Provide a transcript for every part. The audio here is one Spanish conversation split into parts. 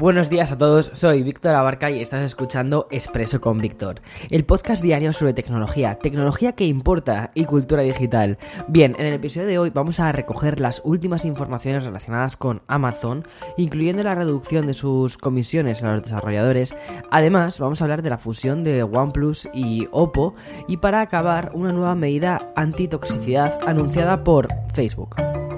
Buenos días a todos, soy Víctor Abarca y estás escuchando Expreso con Víctor, el podcast diario sobre tecnología que importa y cultura digital. Bien, en el episodio de hoy vamos a recoger las últimas informaciones relacionadas con Amazon, incluyendo la reducción de sus comisiones a los desarrolladores. Además, vamos a hablar de la fusión de OnePlus y Oppo y para acabar, una nueva medida antitoxicidad anunciada por Facebook.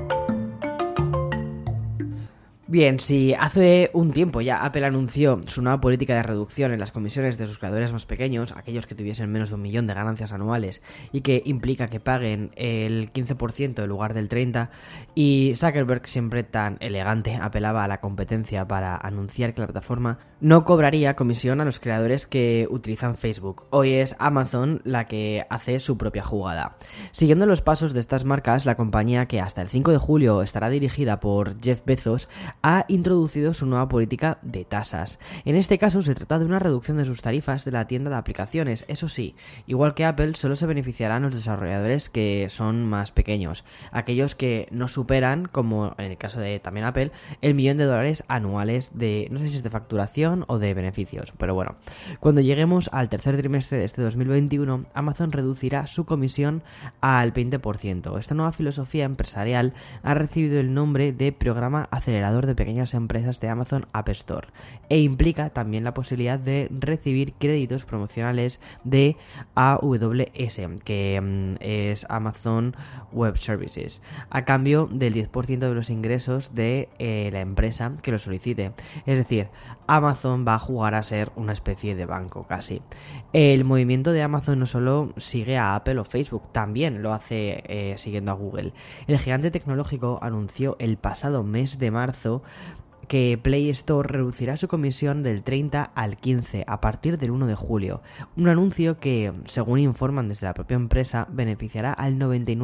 Bien, si hace un tiempo ya Apple anunció su nueva política de reducción en las comisiones de sus creadores más pequeños, aquellos que tuviesen menos de 1 millón de ganancias anuales y que implica que paguen el 15% en lugar del 30%, y Zuckerberg, siempre tan elegante, apelaba a la competencia para anunciar que la plataforma no cobraría comisión a los creadores que utilizan Facebook. Hoy es Amazon la que hace su propia jugada. Siguiendo los pasos de estas marcas, la compañía, que hasta el 5 de julio estará dirigida por Jeff Bezos, ha introducido su nueva política de tasas. En este caso se trata de una reducción de sus tarifas de la tienda de aplicaciones. Eso sí, igual que Apple, solo se beneficiarán los desarrolladores que son más pequeños, aquellos que no superan, como en el caso de también Apple, el $1.000.000 anuales de, no sé si es de facturación o de beneficios, pero bueno. Cuando lleguemos al tercer trimestre de este 2021, Amazon reducirá su comisión al 20%. Esta nueva filosofía empresarial ha recibido el nombre de Programa Acelerador de Pequeñas Empresas de Amazon App Store e implica también la posibilidad de recibir créditos promocionales de AWS, que es Amazon Web Services, a cambio del 10% de los ingresos de la empresa que lo solicite. Es decir, Amazon va a jugar a ser una especie de banco casi. El movimiento de Amazon no solo sigue a Apple o Facebook, también lo hace siguiendo a Google. El gigante tecnológico anunció el pasado mes de marzo que Play Store reducirá su comisión del 30 al 15 a partir del 1 de julio. Un anuncio que, según informan desde la propia empresa, beneficiará al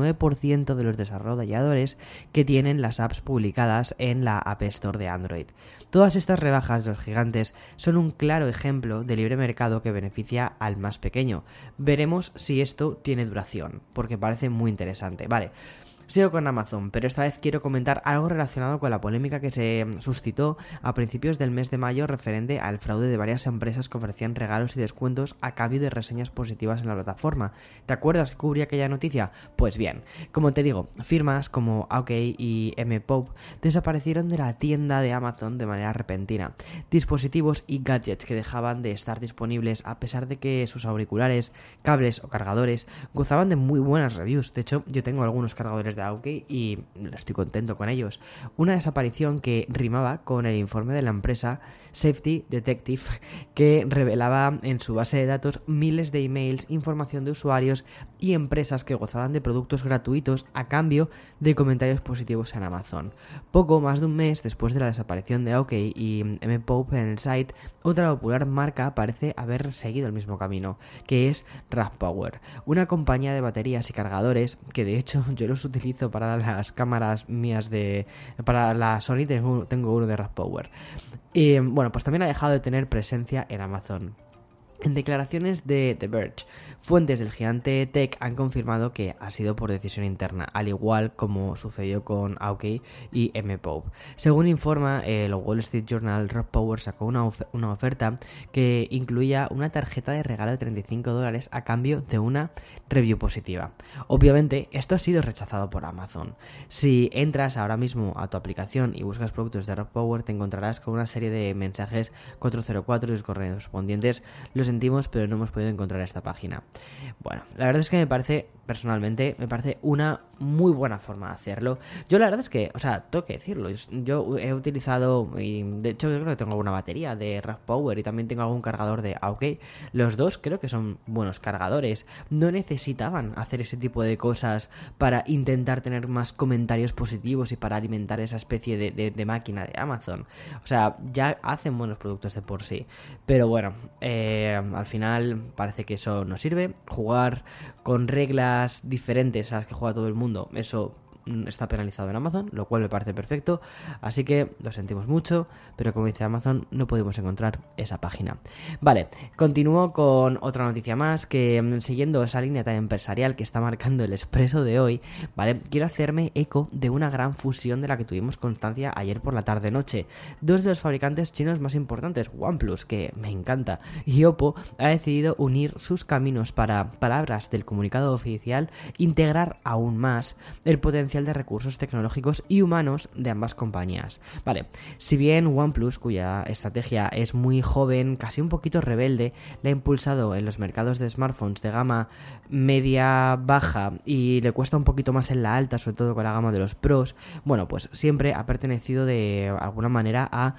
99% de los desarrolladores que tienen las apps publicadas en la App Store de Android. Todas estas rebajas de los gigantes son un claro ejemplo de libre mercado que beneficia al más pequeño. Veremos si esto tiene duración, porque parece muy interesante. Vale. Sigo con Amazon, pero esta vez quiero comentar algo relacionado con la polémica que se suscitó a principios del mes de mayo referente al fraude de varias empresas que ofrecían regalos y descuentos a cambio de reseñas positivas en la plataforma. ¿Te acuerdas que cubrí aquella noticia? Pues bien, como te digo, firmas como OK y MPOP desaparecieron de la tienda de Amazon de manera repentina. Dispositivos y gadgets que dejaban de estar disponibles a pesar de que sus auriculares, cables o cargadores gozaban de muy buenas reviews. De hecho, yo tengo algunos cargadores de OK y estoy contento con ellos. Una desaparición que rimaba con el informe de la empresa Safety Detective, que revelaba en su base de datos miles de emails, información de usuarios y empresas que gozaban de productos gratuitos a cambio de comentarios positivos en Amazon. Poco más de un mes después de la desaparición de OK y MPOP en el site, otra popular marca parece haber seguido el mismo camino, que es RAVPower, una compañía de baterías y cargadores que de hecho yo los utilizo para las cámaras mías para la Sony, tengo uno de RAVPower. Y bueno, pues también ha dejado de tener presencia en Amazon. En declaraciones de The Verge, fuentes del gigante tech han confirmado que ha sido por decisión interna, al igual como sucedió con OK y MPOP. Según informa el Wall Street Journal, RAVPower sacó una oferta que incluía una tarjeta de regalo de $35 a cambio de una review positiva. Obviamente, esto ha sido rechazado por Amazon. Si entras ahora mismo a tu aplicación y buscas productos de RAVPower, te encontrarás con una serie de mensajes 404 y los correspondientes. Lo sentimos, pero no hemos podido encontrar esta página. Bueno, la verdad es que personalmente me parece una muy buena forma de hacerlo. Yo la verdad es que, tengo que decirlo, yo he utilizado, y de hecho yo creo que tengo alguna batería de RAVPower y también tengo algún cargador de OK. Los dos creo que son buenos cargadores. No necesitaban hacer ese tipo de cosas para intentar tener más comentarios positivos y para alimentar esa especie de máquina de Amazon. O sea, ya hacen buenos productos de por sí. Pero bueno, al final parece que eso no sirve. Jugar con reglas diferentes a las que juega todo el mundo, eso está penalizado en Amazon, lo cual me parece perfecto, así que lo sentimos mucho, pero como dice Amazon, no podemos encontrar esa página. Vale, continúo con otra noticia más, que siguiendo esa línea tan empresarial que está marcando el Expreso de hoy, ¿vale? Quiero hacerme eco de una gran fusión de la que tuvimos constancia ayer por la tarde-noche. Dos de los fabricantes chinos más importantes, OnePlus, que me encanta, y Oppo, ha decidido unir sus caminos para, palabras del comunicado oficial, integrar aún más el potencial de recursos tecnológicos y humanos de ambas compañías. Vale, si bien OnePlus, cuya estrategia es muy joven, casi un poquito rebelde, la ha impulsado en los mercados de smartphones de gama media-baja y le cuesta un poquito más en la alta, sobre todo con la gama de los Pros, bueno, pues siempre ha pertenecido de alguna manera a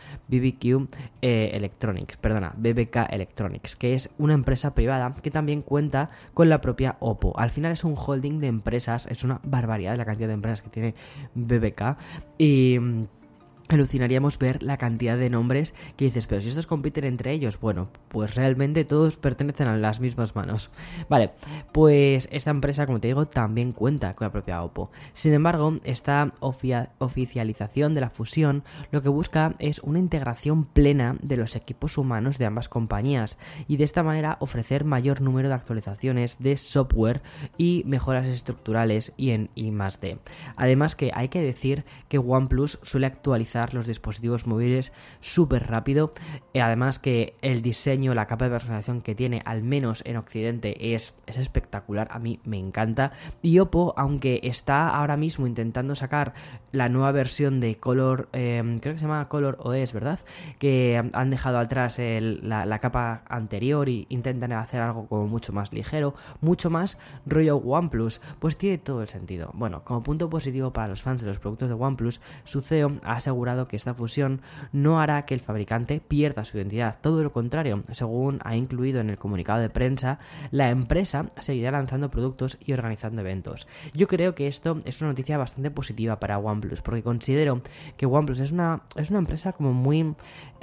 BBK Electronics, que es una empresa privada que también cuenta con la propia Oppo. Al final es un holding de empresas, es una barbaridad la cantidad de empresas que tiene BBK y alucinaríamos ver la cantidad de nombres que dices, pero si estos compiten entre ellos, bueno, pues realmente todos pertenecen a las mismas manos. Vale, pues esta empresa, como te digo, también cuenta con la propia Oppo. Sin embargo, esta oficialización de la fusión lo que busca es una integración plena de los equipos humanos de ambas compañías y de esta manera ofrecer mayor número de actualizaciones de software y mejoras estructurales y en I+D. Además que hay que decir que OnePlus suele actualizar los dispositivos móviles súper rápido, además que el diseño, la capa de personalización que tiene, al menos en Occidente, es espectacular, a mí me encanta. Y Oppo, aunque está ahora mismo intentando sacar la nueva versión de Color, creo que se llama Color OS, ¿verdad? Que han dejado atrás la capa anterior y intentan hacer algo como mucho más ligero, mucho más rollo OnePlus, pues tiene todo el sentido. Bueno, como punto positivo para los fans de los productos de OnePlus, su CEO ha asegurado que esta fusión no hará que el fabricante pierda su identidad, todo lo contrario, según ha incluido en el comunicado de prensa, la empresa seguirá lanzando productos y organizando eventos. Yo creo que esto es una noticia bastante positiva para OnePlus, porque considero que OnePlus es una empresa como muy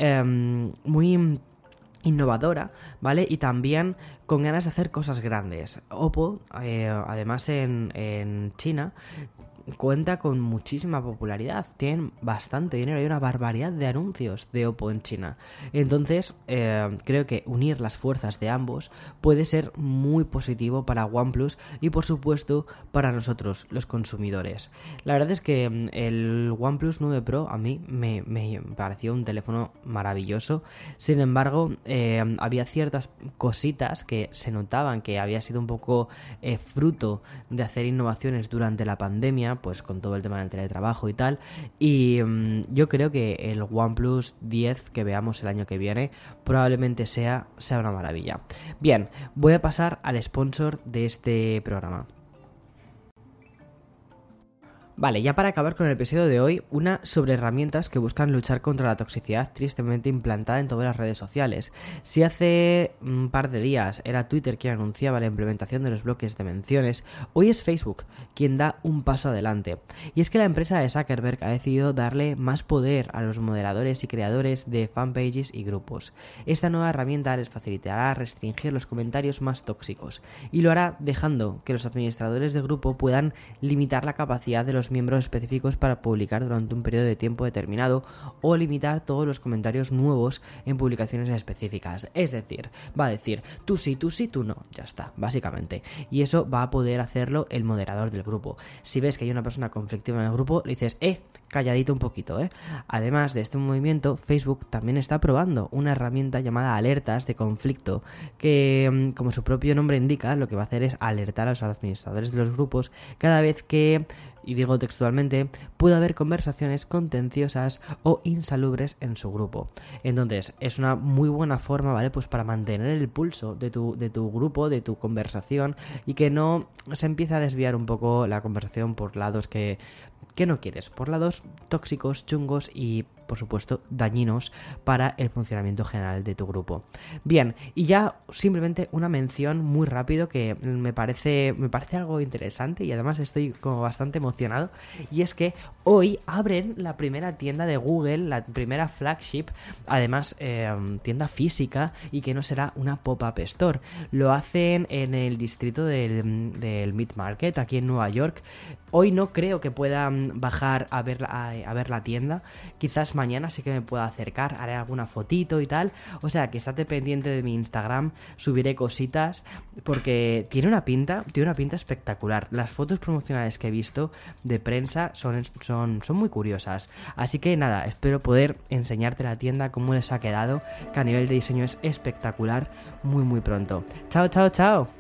innovadora, ¿vale? Y también con ganas de hacer cosas grandes. Oppo, además en China, cuenta con muchísima popularidad, tienen bastante dinero, hay una barbaridad de anuncios de Oppo en China. Entonces, creo que unir las fuerzas de ambos puede ser muy positivo para OnePlus y, por supuesto, para nosotros, los consumidores. La verdad es que el OnePlus 9 Pro a mí me pareció un teléfono maravilloso. Sin embargo, había ciertas cositas que se notaban que había sido un poco fruto de hacer innovaciones durante la pandemia, pues con todo el tema del teletrabajo y tal, y yo creo que el OnePlus 10 que veamos el año que viene probablemente sea una maravilla. Bien, voy a pasar al sponsor de este programa. Vale, ya para acabar con el episodio de hoy, una sobre herramientas que buscan luchar contra la toxicidad tristemente implantada en todas las redes sociales. Si hace un par de días era Twitter quien anunciaba la implementación de los bloques de menciones, hoy es Facebook quien da un paso adelante. Y es que la empresa de Zuckerberg ha decidido darle más poder a los moderadores y creadores de fanpages y grupos. Esta nueva herramienta les facilitará restringir los comentarios más tóxicos y lo hará dejando que los administradores de grupo puedan limitar la capacidad de los miembros específicos para publicar durante un periodo de tiempo determinado o limitar todos los comentarios nuevos en publicaciones específicas. Es decir, va a decir tú sí, tú no, ya está, básicamente. Y eso va a poder hacerlo el moderador del grupo. Si ves que hay una persona conflictiva en el grupo, le dices, calladito un poquito, Además de este movimiento, Facebook también está probando una herramienta llamada alertas de conflicto que, como su propio nombre indica, lo que va a hacer es alertar a los administradores de los grupos cada vez que, y digo textualmente, puede haber conversaciones contenciosas o insalubres en su grupo. Entonces, es una muy buena forma, ¿vale? Pues para mantener el pulso de tu grupo, de tu conversación, y que no se empiece a desviar un poco la conversación por lados que no quieres, por lados tóxicos, chungos y por supuesto, dañinos para el funcionamiento general de tu grupo. Bien, y ya simplemente una mención muy rápido que me parece algo interesante y además estoy como bastante emocionado, y es que hoy abren la primera tienda de Google, la primera flagship, además tienda física, y que no será una pop-up store. Lo hacen en el distrito del Mid Market, aquí en Nueva York. Hoy no creo que pueda bajar a ver la tienda, quizás mañana sí que me pueda acercar, haré alguna fotito y tal, o sea que estate pendiente de mi Instagram, subiré cositas, porque tiene una pinta espectacular. Las fotos promocionales que he visto de prensa son muy curiosas, así que nada, espero poder enseñarte la tienda, cómo les ha quedado, que a nivel de diseño es espectacular, muy pronto. Chao.